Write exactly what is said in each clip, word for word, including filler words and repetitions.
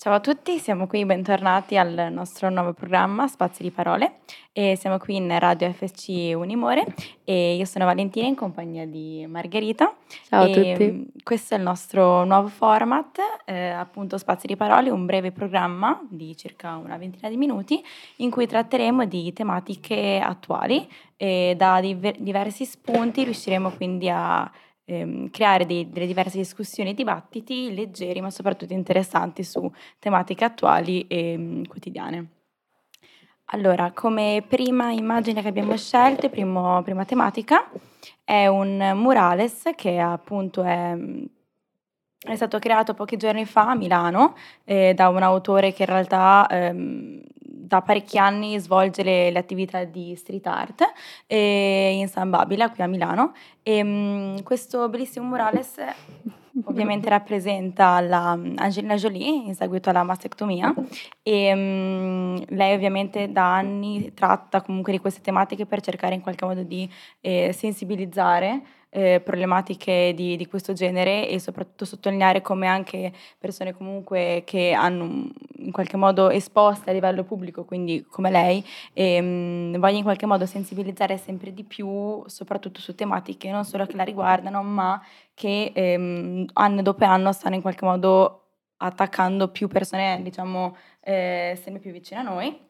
Ciao a tutti, siamo qui, bentornati al nostro nuovo programma Spazi di Parole e siamo qui in Radio F C Unimore e io sono Valentina in compagnia di Margherita. Ciao a e tutti. mm, Questo è il nostro nuovo format, eh, appunto Spazi di Parole, un breve programma di circa una ventina di minuti in cui tratteremo di tematiche attuali e da diver- diversi spunti riusciremo quindi a ehm, creare dei- delle diverse discussioni e dibattiti leggeri ma soprattutto interessanti su tematiche attuali e mm, quotidiane. Allora, come prima immagine che abbiamo scelto, primo- prima tematica, è un murales che appunto è, mm, è stato creato pochi giorni fa a Milano eh, da un autore che in realtà ehm, da parecchi anni svolge le, le attività di street art eh, in San Babila, qui a Milano. E, mm, questo bellissimo murales ovviamente rappresenta la mm, Angelina Jolie in seguito alla mastectomia e mm, lei ovviamente da anni tratta comunque di queste tematiche per cercare in qualche modo di eh, sensibilizzare eh, problematiche di, di questo genere e soprattutto sottolineare come anche persone comunque che hanno mm, in qualche modo esposte a livello pubblico, quindi come lei, ehm, voglia in qualche modo sensibilizzare sempre di più, soprattutto su tematiche non solo che la riguardano, ma che ehm, anno dopo anno stanno in qualche modo attaccando più persone, diciamo, eh, sempre più vicine a noi.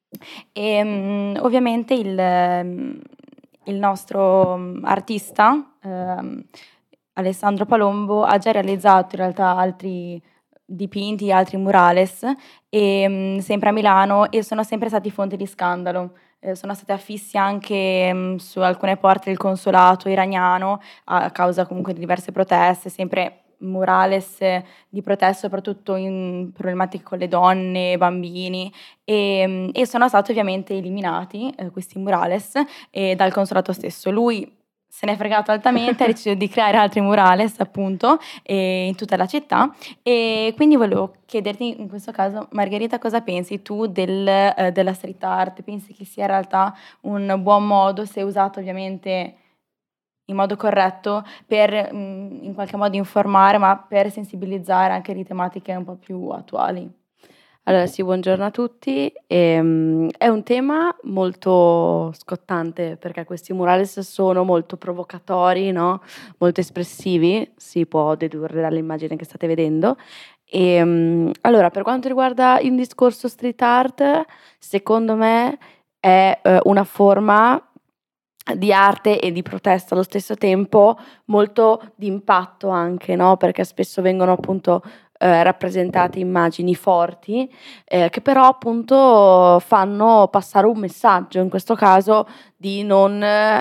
E mm, ovviamente il, ehm, il nostro mm, artista, ehm, Alessandro Palombo, ha già realizzato in realtà altri dipinti, altri murales, e, mm, sempre a Milano, e sono sempre stati fonte di scandalo. Eh, sono stati affissi anche mm, su alcune porte del consolato iraniano a causa comunque di diverse proteste, sempre murales di protesta soprattutto in problematiche con le donne, i bambini e, e sono stati ovviamente eliminati eh, questi murales eh, dal consolato stesso. Lui se n'è fregato altamente, ha deciso di creare altri murales appunto eh, in tutta la città e quindi volevo chiederti in questo caso, Margherita, cosa pensi tu del, eh, della street art? Pensi che sia in realtà un buon modo, se usato ovviamente in modo corretto, per mh, in qualche modo informare, ma per sensibilizzare anche di tematiche un po' più attuali? Allora sì, buongiorno a tutti. Ehm, è un tema molto scottante perché questi murales sono molto provocatori, no? Molto espressivi, si può dedurre dall'immagine che state vedendo. Ehm, allora, per quanto riguarda il discorso street art, secondo me è eh, una forma di arte e di protesta allo stesso tempo, molto di impatto anche, no? Perché spesso vengono appunto eh, rappresentate immagini forti eh, che però appunto fanno passare un messaggio, in questo caso di non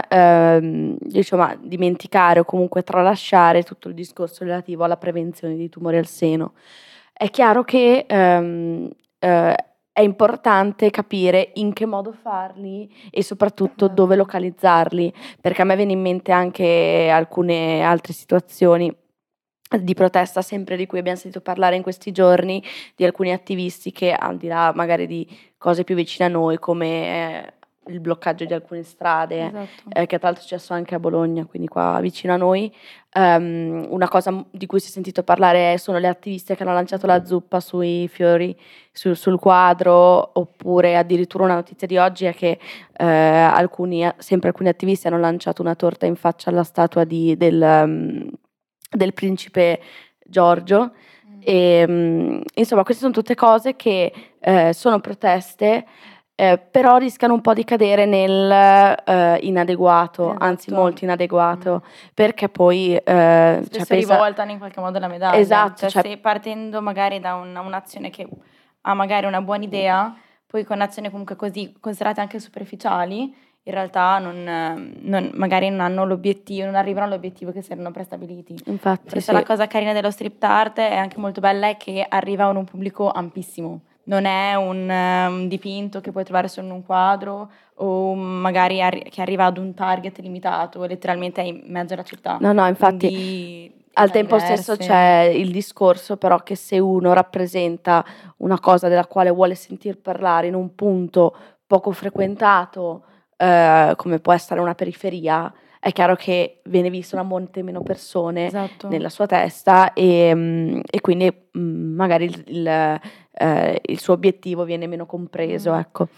ehm, diciamo, dimenticare o comunque tralasciare tutto il discorso relativo alla prevenzione di tumori al seno. È chiaro che ehm, eh, è importante capire in che modo farli e soprattutto dove localizzarli, perché a me viene in mente anche alcune altre situazioni di protesta, sempre di cui abbiamo sentito parlare in questi giorni, di alcuni attivisti che, al di là magari di cose più vicine a noi, come eh, il bloccaggio di alcune strade, Esatto. eh, che tra l'altro è successo anche a Bologna, quindi qua vicino a noi, ehm, una cosa m- di cui si è sentito parlare sono le attiviste che hanno lanciato la zuppa sui fiori sul, sul quadro, oppure addirittura una notizia di oggi è che eh, alcuni, sempre alcuni attivisti hanno lanciato una torta in faccia alla statua di, del, um, del principe Giorgio. Mm. E, um, insomma, queste sono tutte cose che eh, sono proteste, eh, però rischiano un po' di cadere nel eh, inadeguato, anzi Esatto. molto inadeguato, Mm. perché poi eh, cioè, Spesso pensa- rivoltano in qualche modo la medaglia. Esatto, Cioè, cioè, se partendo magari da un- un'azione che ha magari una buona idea, poi con azioni comunque così considerate anche superficiali, in realtà non, eh, non- magari non hanno l'obiettivo, non arrivano all'obiettivo che si erano prestabiliti. infatti Questa è sì. la cosa carina dello street art, è anche molto bella, è che arriva a un pubblico ampissimo. Non è un, eh, un dipinto che puoi trovare solo in un quadro o magari arri- che arriva ad un target limitato, letteralmente è in mezzo alla città. No, no, infatti Quindi al età tempo stesso diverse. c'è il discorso però che se uno rappresenta una cosa della quale vuole sentir parlare in un punto poco frequentato, eh, come può essere una periferia, è chiaro che viene visto da molte meno persone Esatto. nella sua testa e, mm, e quindi mm, magari il, il, eh, il suo obiettivo viene meno compreso, mm. ecco.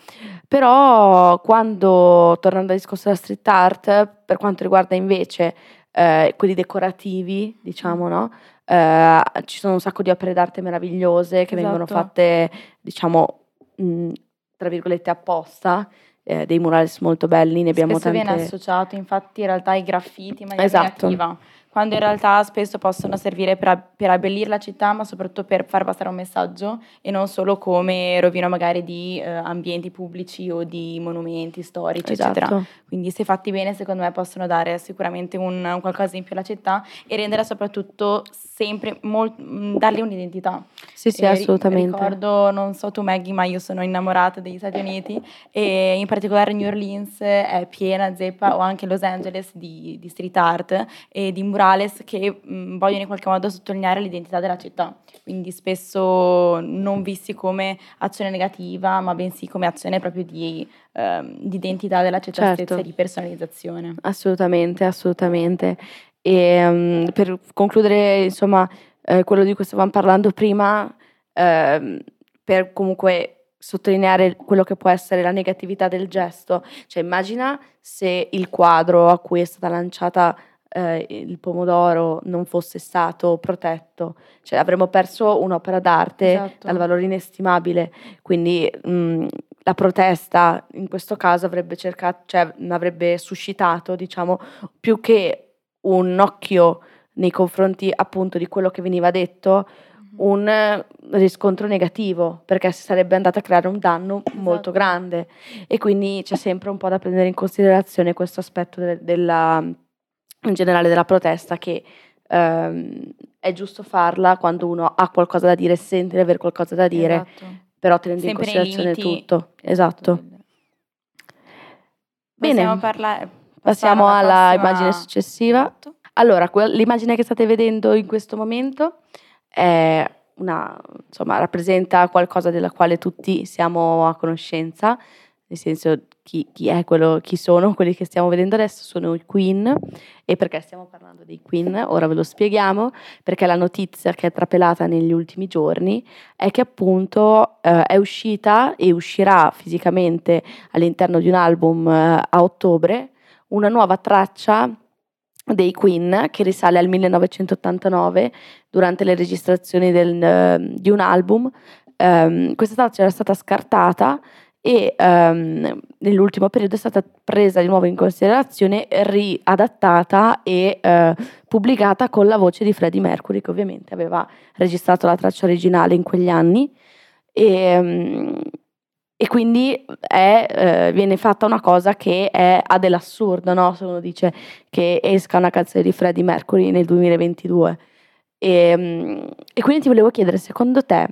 Però quando, tornando al discorso della street art, per quanto riguarda invece eh, quelli decorativi, diciamo, mm. no? Eh, ci sono un sacco di opere d'arte meravigliose che esatto. vengono fatte, diciamo, mh, tra virgolette apposta, eh, dei murales molto belli, ne abbiamo spesso tante... viene associato infatti in realtà ai graffiti in maniera esatto. negativa, quando in realtà spesso possono servire per, per abbellire la città, ma soprattutto per far passare un messaggio e non solo come rovino magari di eh, ambienti pubblici o di monumenti storici, esatto. eccetera. Quindi se fatti bene, secondo me possono dare sicuramente un, un qualcosa in più alla città e rendere soprattutto sempre molt, dargli un'identità. Sì, sì, e assolutamente. Ricordo, non so tu Maggie, ma io sono innamorata degli Stati Uniti e in particolare New Orleans è piena zeppa, o anche Los Angeles, di, di street art e di murales che mh, vogliono in qualche modo sottolineare l'identità della città, quindi spesso non visti come azione negativa, ma bensì come azione proprio di, ehm, di identità della città certo. stessa e di personalizzazione. Assolutamente, assolutamente. E um, per concludere, insomma, eh, quello di cui stavamo parlando prima, ehm, per comunque sottolineare quello che può essere la negatività del gesto, cioè immagina se il quadro a cui è stata lanciata eh, il pomodoro non fosse stato protetto, cioè avremmo perso un'opera d'arte Esatto. dal valore inestimabile, quindi mh, la protesta in questo caso avrebbe cercato, cioè avrebbe suscitato, diciamo, più che un occhio nei confronti appunto di quello che veniva detto, un riscontro negativo, perché si sarebbe andato a creare un danno esatto. molto grande, e quindi c'è sempre un po' da prendere in considerazione questo aspetto de- della, in generale della protesta, che ehm, è giusto farla quando uno ha qualcosa da dire, sente di avere qualcosa da dire, esatto. però tenendo sempre in considerazione limiti, tutto. Esatto. esatto. Bene, possiamo parlare, passiamo alla prossima... immagine successiva. Esatto. Allora, que- l'immagine che state vedendo in questo momento è una, insomma, rappresenta qualcosa della quale tutti siamo a conoscenza, nel senso chi, chi è quello, chi sono quelli che stiamo vedendo adesso, sono i Queen. E perché stiamo parlando dei Queen? Ora ve lo spieghiamo, perché la notizia che è trapelata negli ultimi giorni è che appunto eh, è uscita e uscirà fisicamente all'interno di un album eh, a ottobre una nuova traccia dei Queen che risale al millenovecentottantanove, durante le registrazioni del, uh, di un album. Um, questa traccia era stata scartata e um, nell'ultimo periodo è stata presa di nuovo in considerazione, riadattata e uh, pubblicata con la voce di Freddie Mercury, che ovviamente aveva registrato la traccia originale in quegli anni. E, um, E quindi è, eh, viene fatta una cosa che è, ha dell'assurdo, no? Se uno dice che esca una canzone di Freddie Mercury nel duemilaventidue. E, e quindi ti volevo chiedere, secondo te,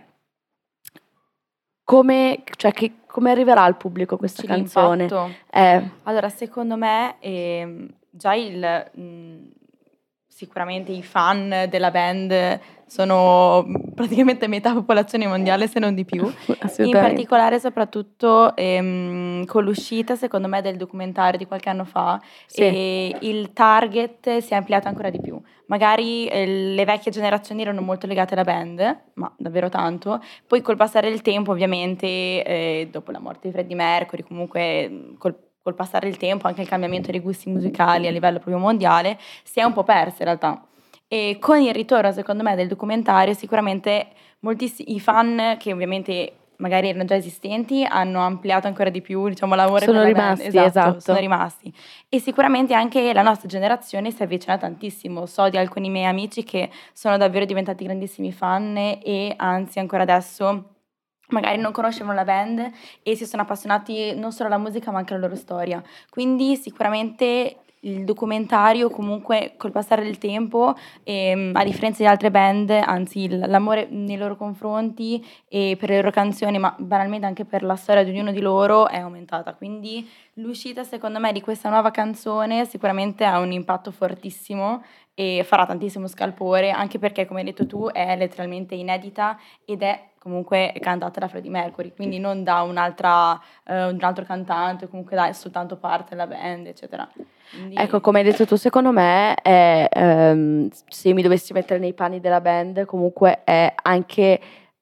come, cioè, che, come arriverà al pubblico questa C'è canzone? l'impatto? Eh, Allora, secondo me, ehm, già il... mh, sicuramente i fan della band sono praticamente metà popolazione mondiale, se non di più. In particolare soprattutto ehm, con l'uscita, secondo me, del documentario di qualche anno fa, Sì. e il target si è ampliato ancora di più. Magari eh, le vecchie generazioni erano molto legate alla band, ma davvero tanto. Poi col passare del tempo, ovviamente, eh, dopo la morte di Freddie Mercury, comunque col col passare del tempo, anche il cambiamento dei gusti musicali a livello proprio mondiale, si è un po' persa in realtà. E con il ritorno, secondo me, del documentario, sicuramente moltissimi i fan, che ovviamente magari erano già esistenti, hanno ampliato ancora di più, diciamo, l'amore sono per la rimasti, band. Esatto, esatto. sono rimasti. E sicuramente anche la nostra generazione si avvicina tantissimo. So di alcuni miei amici che sono davvero diventati grandissimi fan e anzi ancora adesso magari non conoscevano la band e si sono appassionati non solo alla musica ma anche alla loro storia. Quindi sicuramente il documentario, comunque col passare del tempo, ehm, a differenza di altre band, anzi l'amore nei loro confronti e per le loro canzoni, ma banalmente anche per la storia di ognuno di loro, è aumentata. Quindi l'uscita, secondo me, di questa nuova canzone sicuramente ha un impatto fortissimo e farà tantissimo scalpore, anche perché, come hai detto tu, è letteralmente inedita ed è comunque cantata da Freddie Mercury, quindi non da un'altra, eh, un altro cantante, comunque dai, soltanto parte della band, eccetera. Quindi... Ecco, come hai detto tu, secondo me è, ehm, se mi dovessi mettere nei panni della band, comunque è anche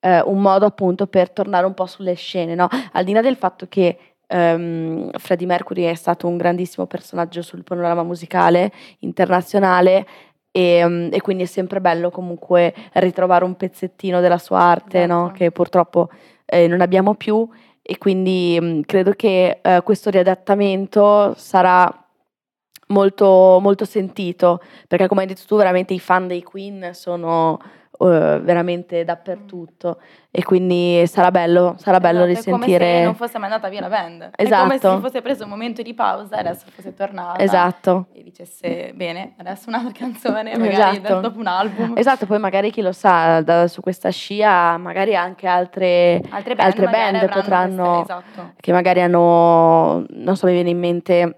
eh, un modo appunto per tornare un po' sulle scene, no? Al di là del fatto che um, Freddie Mercury è stato un grandissimo personaggio sul panorama musicale internazionale, e, um, e quindi è sempre bello comunque ritrovare un pezzettino della sua arte, Esatto. no? Che purtroppo eh, non abbiamo più, e quindi um, credo che uh, questo riadattamento sarà molto, molto sentito, perché come hai detto tu veramente i fan dei Queen sono uh, veramente dappertutto, e quindi sarà bello, sarà bello Esatto, è come se risentire. non fosse mai andata via la band. È come se Esatto. si fosse preso un momento di pausa e adesso fosse tornata Esatto. e dicesse bene, adesso un'altra canzone, magari Esatto. dopo un album. Esatto, poi magari chi lo sa, da- su questa scia magari anche altre, Altre band, altre magari band avranno potranno, queste- esatto. che magari hanno, non so, mi viene in mente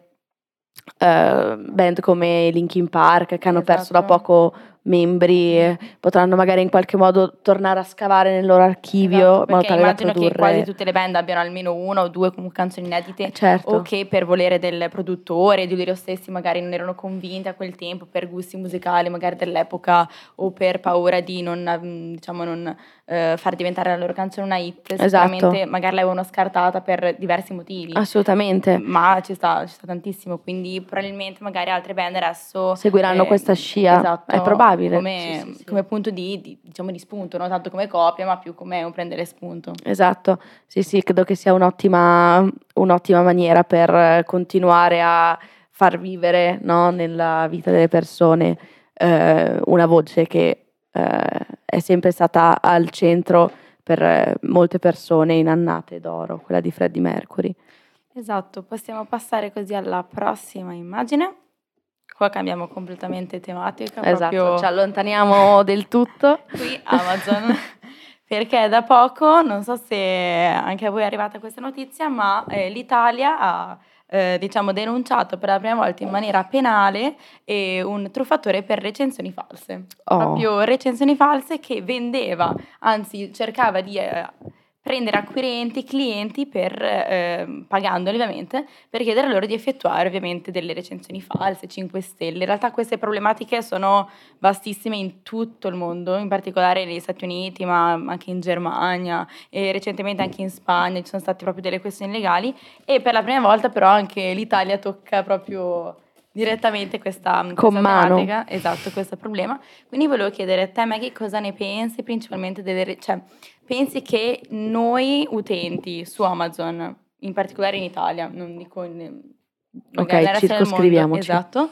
eh, band come i Linkin Park, che hanno perso da Esatto. poco membri, eh, potranno magari in qualche modo tornare a scavare nel loro archivio, Esatto, in modo perché tale da immagino che produrre. quasi tutte le band abbiano almeno una o due comunque canzoni inedite, Eh, certo. o che per volere del produttore, di loro stessi magari non erano convinti a quel tempo per gusti musicali magari dell'epoca, o per paura di non, mm, diciamo, non eh, far diventare la loro canzone una hit. Esatto. Sicuramente magari l'avevano scartata per diversi motivi, Assolutamente. ma ci sta, ci sta tantissimo, quindi probabilmente magari altre band adesso Seguiranno eh, questa scia, esatto, è probabile. come, Sì, sì, sì. come punto di, di, diciamo, di spunto, non tanto come copia, ma più come un prendere spunto. Esatto, sì sì, credo che sia un'ottima, un'ottima maniera per eh, continuare a far vivere, no, nella vita delle persone eh, una voce che eh, è sempre stata al centro per eh, molte persone in annate d'oro, quella di Freddie Mercury. Esatto, possiamo passare così alla prossima immagine. Qua cambiamo completamente tematica, Esatto, proprio ci allontaniamo del tutto. qui Amazon, perché da poco, non so se anche a voi è arrivata questa notizia, ma eh, l'Italia ha eh, diciamo denunciato per la prima volta in maniera penale eh, un truffatore per recensioni false. Oh. Proprio recensioni false che vendeva, anzi cercava di eh, prendere acquirenti, clienti per, eh, pagandoli ovviamente, per chiedere loro di effettuare ovviamente delle recensioni false, cinque stelle. In realtà queste problematiche sono vastissime in tutto il mondo, in particolare negli Stati Uniti, ma anche in Germania e recentemente anche in Spagna ci sono state proprio delle questioni legali, e per la prima volta però anche l'Italia tocca proprio direttamente questa, Con questa mano. tematica, esatto, questo problema. Quindi volevo chiedere a te, Maggie, cosa ne pensi principalmente delle re- cioè, pensi che noi utenti su Amazon, in particolare in Italia, non dico in magari nel resto del mondo, circoscriviamoci. esatto,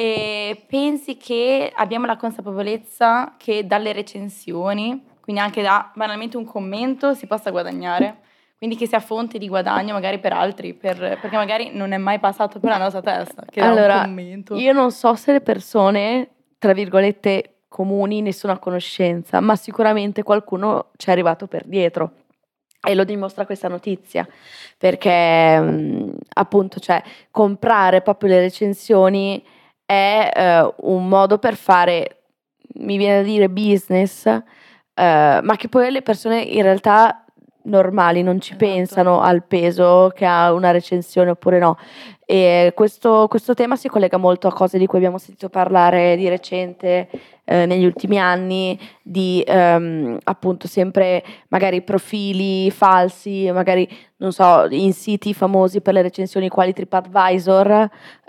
e pensi che abbiamo la consapevolezza che dalle recensioni, quindi anche da banalmente un commento, si possa guadagnare? Quindi che sia fonte di guadagno magari per altri, per, perché magari non è mai passato per la nostra testa che da Allora, un commento. io non so se le persone, tra virgolette, comuni ne sono a conoscenza, ma sicuramente qualcuno ci è arrivato per dietro. E lo dimostra questa notizia, perché mh, appunto, cioè, comprare proprio le recensioni è eh, un modo per fare, mi viene da dire business, eh, ma che poi le persone in realtà normali non ci Esatto. pensano al peso che ha una recensione oppure no. E questo, questo tema si collega molto a cose di cui abbiamo sentito parlare di recente eh, negli ultimi anni, di ehm, appunto sempre magari profili falsi, magari non so, in siti famosi per le recensioni quali TripAdvisor,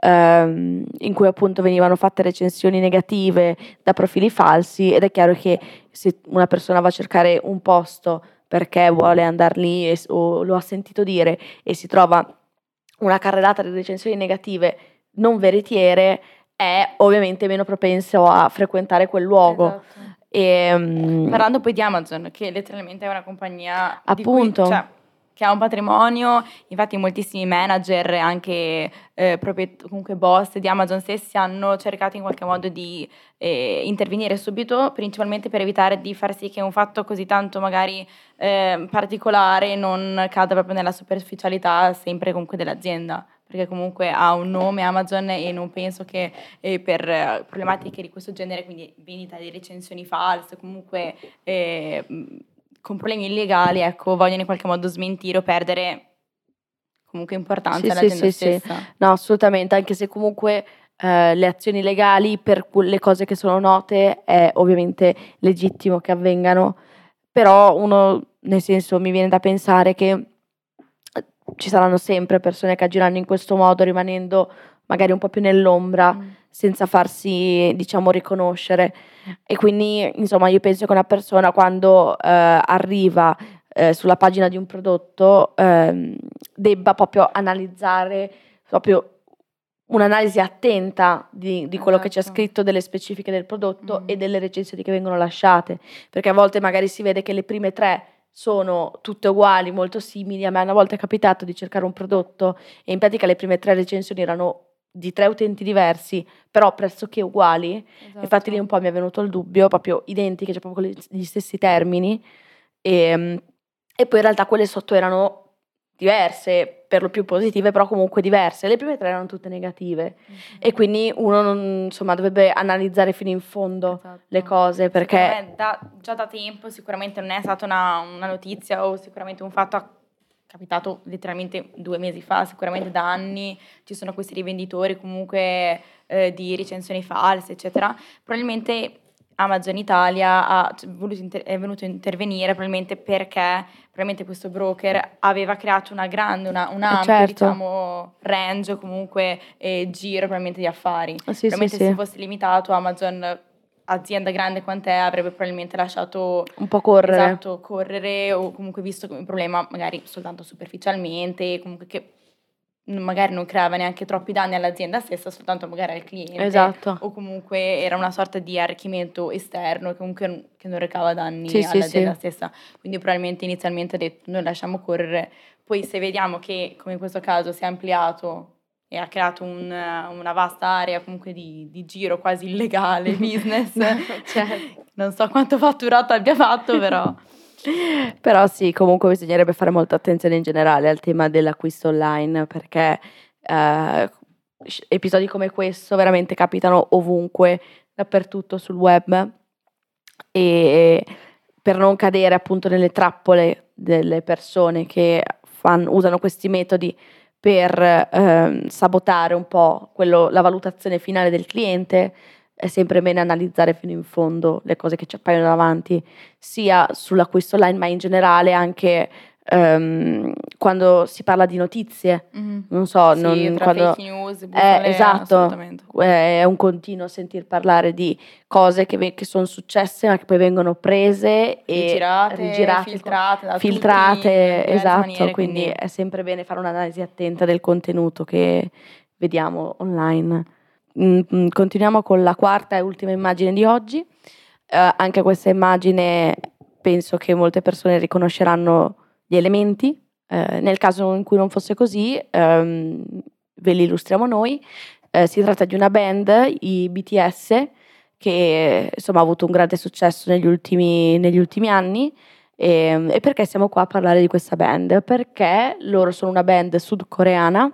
ehm, in cui appunto venivano fatte recensioni negative da profili falsi, ed è chiaro che se una persona va a cercare un posto perché vuole andare lì e, o lo ha sentito dire e si trova una carrellata di recensioni negative non veritiere, è ovviamente meno propenso a frequentare quel luogo. Esatto. E, um, Parlando poi di Amazon, che letteralmente è una compagnia di appunto, cui, cioè, che ha un patrimonio, infatti moltissimi manager, anche eh, propriet- comunque boss di Amazon stessi hanno cercato in qualche modo di eh, intervenire subito, principalmente per evitare di far sì che un fatto così tanto magari eh, particolare non cada proprio nella superficialità sempre comunque dell'azienda, perché comunque ha un nome Amazon e non penso che eh, per eh, problematiche di questo genere, quindi vendita di recensioni false, comunque eh, con problemi illegali, ecco, vogliono in qualche modo smentire o perdere comunque importanza sì, sì, all'azienda sì, sì. stessa. No, assolutamente, anche se comunque eh, le azioni legali per le cose che sono note è ovviamente legittimo che avvengano, però uno, nel senso, mi viene da pensare che ci saranno sempre persone che agiranno in questo modo, rimanendo magari un po' più nell'ombra, Mm. senza farsi, diciamo, riconoscere. E quindi, insomma, io penso che una persona quando eh, arriva eh, sulla pagina di un prodotto ehm, debba proprio analizzare, proprio un'analisi attenta di, di quello che c'è Esatto. scritto, delle specifiche del prodotto Mm. e delle recensioni che vengono lasciate, perché a volte magari si vede che le prime tre sono tutte uguali, molto simili. A me una volta è capitato di cercare un prodotto e in pratica le prime tre recensioni erano di tre utenti diversi, però pressoché uguali. Esatto. Infatti lì un po' mi è venuto il dubbio, proprio identiche, cioè proprio con gli stessi termini. E, e poi in realtà quelle sotto erano diverse, per lo più positive, però comunque diverse. Le prime tre erano tutte negative. Ok. E quindi uno non, insomma, dovrebbe analizzare fino in fondo Esatto. le cose, Secondo perché me da- già da tempo sicuramente non è stata una, una notizia o sicuramente un fatto a- capitato letteralmente due mesi fa, sicuramente da anni ci sono questi rivenditori comunque eh, di recensioni false, eccetera. Probabilmente Amazon Italia ha cioè, voluto inter- è venuto a intervenire probabilmente perché probabilmente questo broker aveva creato una grande, una, un Eh, ampio, certo. diciamo, range o comunque eh, giro probabilmente di affari. Ah, sì, sì, Probabilmente sì. se fosse limitato Amazon, azienda grande quant'è, avrebbe probabilmente lasciato Un po' correre. esatto, correre o comunque visto come un problema magari soltanto superficialmente, comunque che magari non creava neanche troppi danni all'azienda stessa, soltanto magari al cliente, Esatto. o comunque era una sorta di arricchimento esterno che comunque non- che non recava danni Sì, sì, all'azienda sì. stessa. Quindi probabilmente inizialmente ha detto noi lasciamo correre, poi se vediamo che come in questo caso si è ampliato e ha creato un- una vasta area comunque di, di giro quasi illegale, business, Certo. non so quanto fatturato abbia fatto, però Però sì, comunque bisognerebbe fare molta attenzione in generale al tema dell'acquisto online, perché eh, sc- episodi come questo veramente capitano ovunque, dappertutto sul web, e per non cadere appunto nelle trappole delle persone che fan- usano questi metodi per ehm, sabotare un po' quello- la valutazione finale del cliente, è sempre bene analizzare fino in fondo le cose che ci appaiono davanti, sia sull'acquisto online, ma in generale anche ehm, quando si parla di notizie. Mhm. Non so, Sì, non, tra quando, fake news, eh, bufale, esatto, assolutamente. eh, è un continuo sentir parlare di cose che, ve- che sono successe, ma che poi vengono prese e Rigirate, rigirate, filtrate da tutti filtrate, in diverse esatto, maniere, quindi quindi è sempre bene fare un'analisi attenta del contenuto che vediamo online. Mm, mm, continuiamo con la quarta e ultima immagine di oggi. Eh, anche questa immagine penso che molte persone riconosceranno gli elementi. Eh, nel caso in cui non fosse così, ehm, ve li illustriamo noi. Eh, si tratta di una band, i B T S, che insomma ha avuto un grande successo negli ultimi, negli ultimi anni. E, e perché siamo qua a parlare di questa band? Perché loro sono una band sudcoreana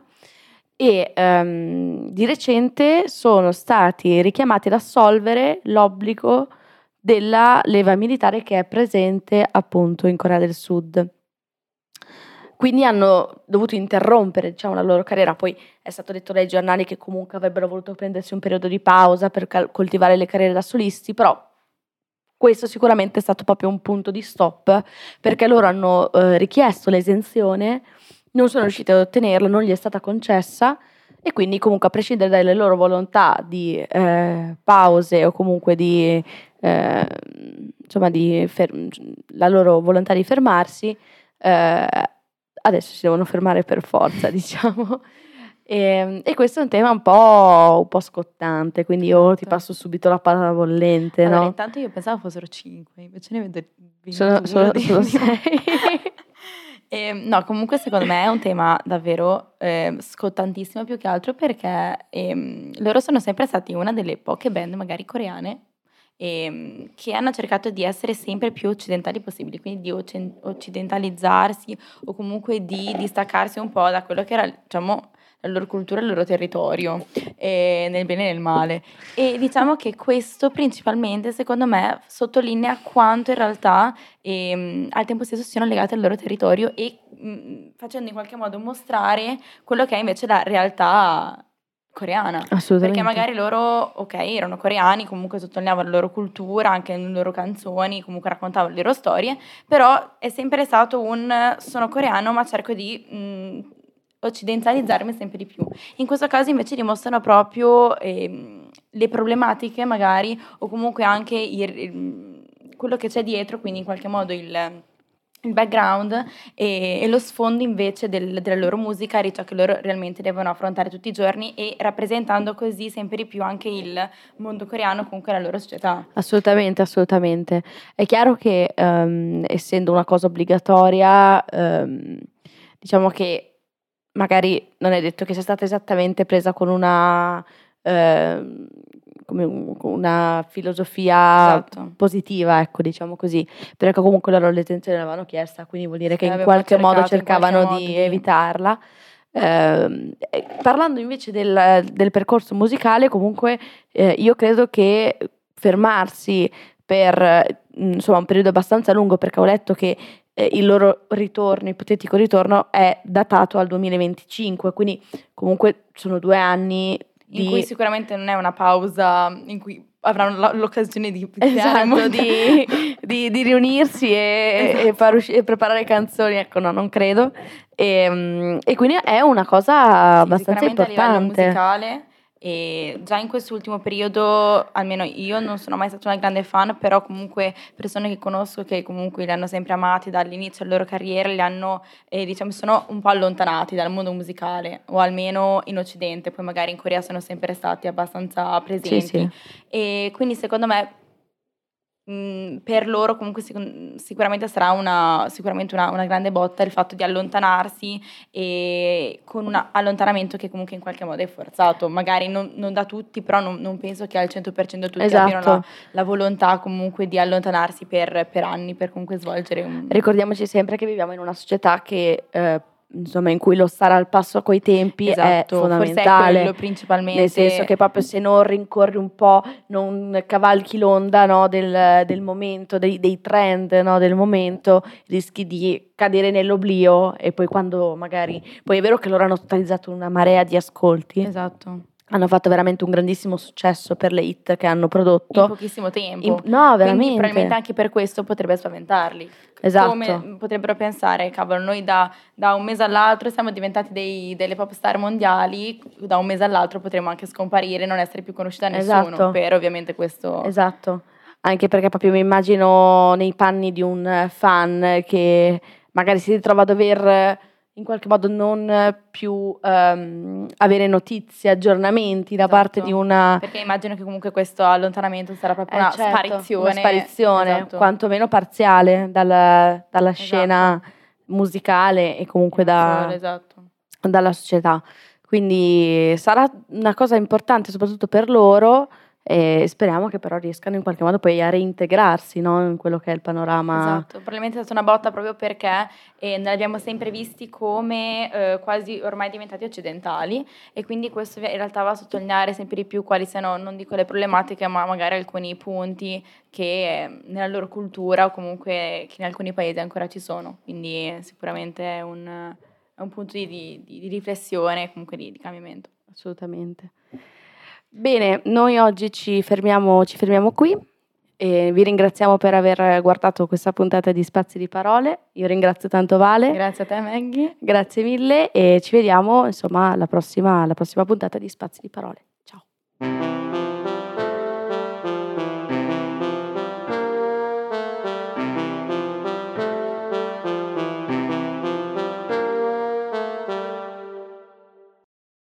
e ehm, di recente sono stati richiamati ad assolvere l'obbligo della leva militare che è presente appunto in Corea del Sud. Quindi hanno dovuto interrompere, diciamo, la loro carriera. Poi è stato detto dai giornali che comunque avrebbero voluto prendersi un periodo di pausa per cal- coltivare le carriere da solisti, però questo sicuramente è stato proprio un punto di stop, perché loro hanno eh, richiesto l'esenzione, non sono riusciti ad ottenerla, non gli è stata concessa, e quindi comunque a prescindere dalle loro volontà di eh, pause o comunque di, eh, insomma, di fer- la loro volontà di fermarsi, eh, adesso si devono fermare per forza, diciamo. E, e questo è un tema un po', un po' scottante, quindi io ti Esatto. passo subito la palla bollente, Allora, no? intanto io pensavo fossero cinque, invece ne vedo Sono, ventuno. sono, di- sono di- sei. Ehm, no, comunque secondo me è un tema davvero ehm, scottantissimo più che altro perché ehm, loro sono sempre stati una delle poche band magari coreane ehm, che hanno cercato di essere sempre più occidentali possibili, quindi di occen- occidentalizzarsi o comunque di distaccarsi un po' da quello che era, diciamo, la loro cultura e il loro territorio, eh, nel bene e nel male. E diciamo che questo principalmente, secondo me, sottolinea quanto in realtà ehm, al tempo stesso siano legate al loro territorio e mh, facendo in qualche modo mostrare quello che è invece la realtà coreana. Assolutamente. Perché magari loro, ok, erano coreani, comunque sottolineavano la loro cultura, anche nelle loro canzoni, comunque raccontavano le loro storie, però è sempre stato un sono coreano ma cerco di mh, occidentalizzarmi sempre di più. In questo caso invece dimostrano proprio ehm, le problematiche magari o comunque anche il, il- quello che c'è dietro, quindi in qualche modo il il background e, e lo sfondo invece del- della loro musica di ciò che loro realmente devono affrontare tutti i giorni e rappresentando così sempre di più anche il mondo coreano, comunque la loro società. Assolutamente, assolutamente. È chiaro che ehm, essendo una cosa obbligatoria, ehm, diciamo che magari non è detto che sia stata esattamente presa con una, ehm, come un- con una filosofia Esatto. positiva, ecco, diciamo così, perché comunque loro l'estensione l'avevano chiesta, quindi vuol dire Sì, che in avevano qualche modo cercato in qualche cercavano modo di di- evitarla. Ehm, e parlando invece del, del percorso musicale, comunque eh, io credo che fermarsi per eh, insomma un periodo abbastanza lungo, perché ho letto che eh, il loro ritorno, ipotetico ritorno, è datato al duemilaventicinque, quindi comunque sono due anni in cui di sicuramente non è una pausa in cui avranno la- l'occasione di creare esatto, molta- di, di- di riunirsi e, e Esatto. far usci- e preparare canzoni, ecco, no, non credo. E, mm, e quindi è una cosa Sì, abbastanza sicuramente a livello importante. musicale e già in quest'ultimo periodo, almeno io non sono mai stata una grande fan, però comunque persone che conosco che comunque li hanno sempre amati dall'inizio della loro carriera, li hanno, eh, diciamo, sono un po' allontanati dal mondo musicale, o almeno in Occidente, poi magari in Corea sono sempre stati abbastanza Sì, presenti. sì. E quindi secondo me mh, per loro comunque sic- sicuramente sarà una, sicuramente una, una grande botta il fatto di allontanarsi e con un allontanamento che comunque in qualche modo è forzato, magari non, non da tutti, però non, non penso che al cento per cento tutti abbiano la, Esatto. la volontà comunque di allontanarsi per, per anni, per comunque svolgere un... Ricordiamoci sempre che viviamo in una società che, eh, insomma, in cui lo stare al passo coi tempi è Esatto, forse è fondamentale. quello principalmente. Nel senso che proprio se non rincorri un po', non cavalchi l'onda, no, del, del momento, dei, dei trend, no, del momento, rischi di cadere nell'oblio e poi quando magari... Poi è vero che loro hanno totalizzato una marea di ascolti, Esatto. hanno fatto veramente un grandissimo successo per le hit che hanno prodotto. In pochissimo tempo. In- no, Quindi veramente. probabilmente anche per questo potrebbe spaventarli. Esatto. Come potrebbero pensare, cavolo, noi da, da un mese all'altro siamo diventati dei, delle pop star mondiali, da un mese all'altro potremo anche scomparire e non essere più conosciuti da nessuno, Esatto. per ovviamente questo... Esatto, anche perché proprio mi immagino nei panni di un fan che magari si ritrova a dover in qualche modo non più ehm, avere notizie, aggiornamenti da parte di Esatto. una... Perché immagino che comunque questo allontanamento sarà proprio Eh, una certo, sparizione. una sparizione, Esatto. quantomeno parziale dalla, dalla scena Esatto. musicale e comunque E non da, solo, esatto. dalla società. Quindi sarà una cosa importante soprattutto per loro e speriamo che però riescano in qualche modo poi a reintegrarsi, no, in quello che è il panorama. Esatto, probabilmente è stata una botta proprio perché eh, ne abbiamo sempre visti come eh, quasi ormai diventati occidentali e quindi questo in realtà va a sottolineare sempre di più quali siano, non dico le problematiche, ma magari alcuni punti che eh, nella loro cultura o comunque che in alcuni paesi ancora ci sono. Quindi eh, sicuramente è un, è un punto di, di- di- di riflessione e comunque di, di cambiamento. Assolutamente. Bene, noi oggi ci fermiamo, ci fermiamo qui e vi ringraziamo per aver guardato questa puntata di Spazi di Parole. Io ringrazio tanto Vale. Grazie a te Maggie. Grazie mille e ci vediamo insomma alla prossima, alla prossima puntata di Spazi di Parole. Ciao.